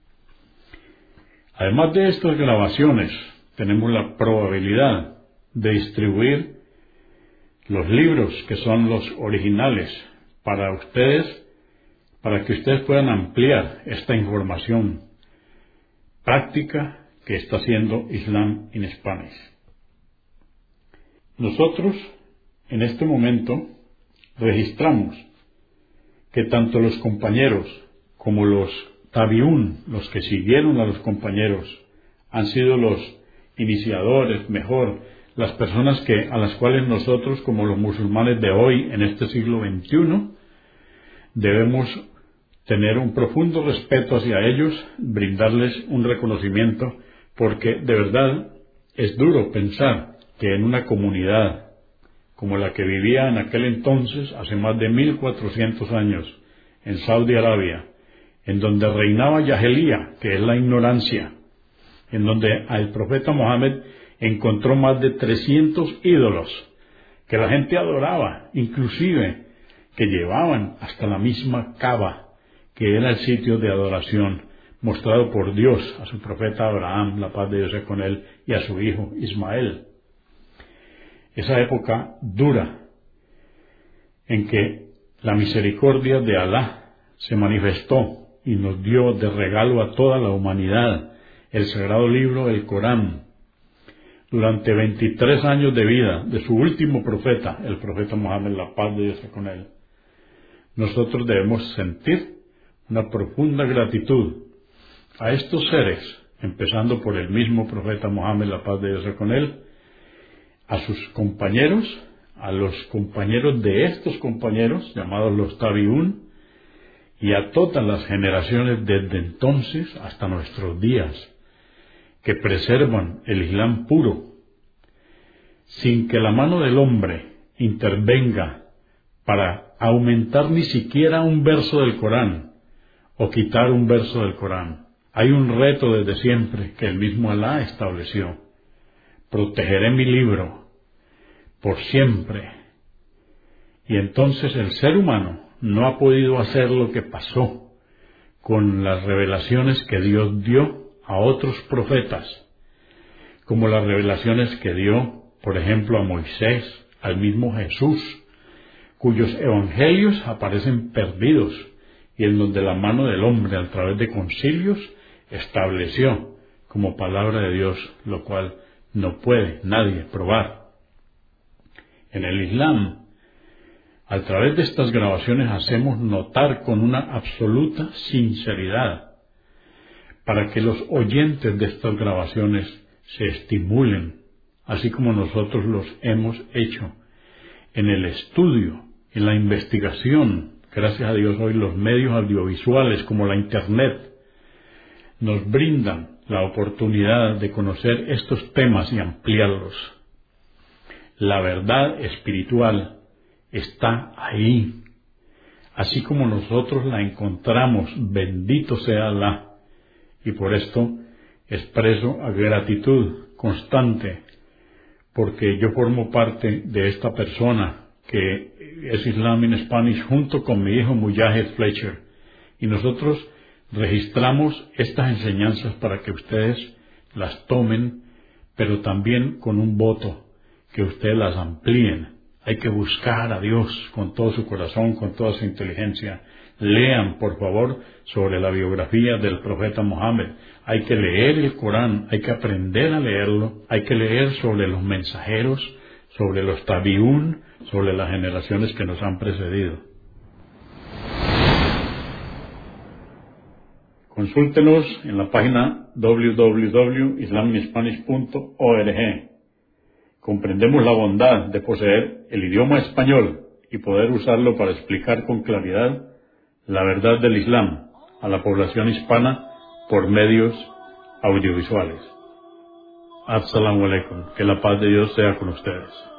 Además de estas grabaciones, tenemos la probabilidad de distribuir los libros que son los originales para ustedes, para que ustedes puedan ampliar esta información práctica que está haciendo Islam in Spanish. Nosotros, en este momento, registramos que tanto los compañeros como los tabiún, los que siguieron a los compañeros, han sido los iniciadores, mejor, las personas que, a las cuales nosotros, como los musulmanes de hoy, en este siglo veintiuno, debemos tener un profundo respeto hacia ellos, brindarles un reconocimiento, porque de verdad es duro pensar que en una comunidad como la que vivía en aquel entonces, hace más de mil cuatrocientos años, en Saudi Arabia, en donde reinaba Yahelía, que es la ignorancia, en donde el profeta Mohammed encontró más de trescientos ídolos que la gente adoraba, inclusive que llevaban hasta la misma Kaaba, que era el sitio de adoración mostrado por Dios a su profeta Abraham, la paz de Dios sea con él, y a su hijo Ismael. Esa época dura en que la misericordia de Alá se manifestó y nos dio de regalo a toda la humanidad el sagrado libro, el Corán. Durante veintitrés años de vida de su último profeta, el profeta Mohammed, la paz de Dios sea con él, nosotros debemos sentir una profunda gratitud a estos seres, empezando por el mismo profeta Mohammed, la paz de Dios sea con él, a sus compañeros, a los compañeros de estos compañeros, llamados los tabiún, y a todas las generaciones desde entonces hasta nuestros días, que preservan el Islam puro, sin que la mano del hombre intervenga para aumentar ni siquiera un verso del Corán o quitar un verso del Corán. Hay un reto desde siempre que el mismo Alá estableció. Protegeré mi libro por siempre. Y entonces el ser humano no ha podido hacer lo que pasó con las revelaciones que Dios dio a otros profetas, como las revelaciones que dio, por ejemplo, a Moisés, al mismo Jesús, cuyos evangelios aparecen perdidos y en donde la mano del hombre a través de concilios estableció como palabra de Dios, lo cual no puede nadie probar. En el Islam, a través de estas grabaciones hacemos notar con una absoluta sinceridad para que los oyentes de estas grabaciones se estimulen, así como nosotros los hemos hecho en el estudio, en la investigación. Gracias a Dios hoy los medios audiovisuales como la Internet nos brindan la oportunidad de conocer estos temas y ampliarlos. La verdad espiritual está ahí, así como nosotros la encontramos, bendito sea Alá, y por esto expreso gratitud constante, porque yo formo parte de esta persona que es Islam in Spanish junto con mi hijo Mujahid Fletcher, y nosotros registramos estas enseñanzas para que ustedes las tomen, pero también con un voto, que ustedes las amplíen. Hay que buscar a Dios con todo su corazón, con toda su inteligencia. Lean, por favor, sobre la biografía del profeta Mohammed. Hay que leer el Corán, hay que aprender a leerlo, hay que leer sobre los mensajeros, sobre los tabiún, sobre las generaciones que nos han precedido. Consúltenos en la página doble u doble u doble u punto islam in spanish punto org. Comprendemos la bondad de poseer el idioma español y poder usarlo para explicar con claridad la verdad del Islam a la población hispana por medios audiovisuales. Assalamu alaikum. Que la paz de Dios sea con ustedes.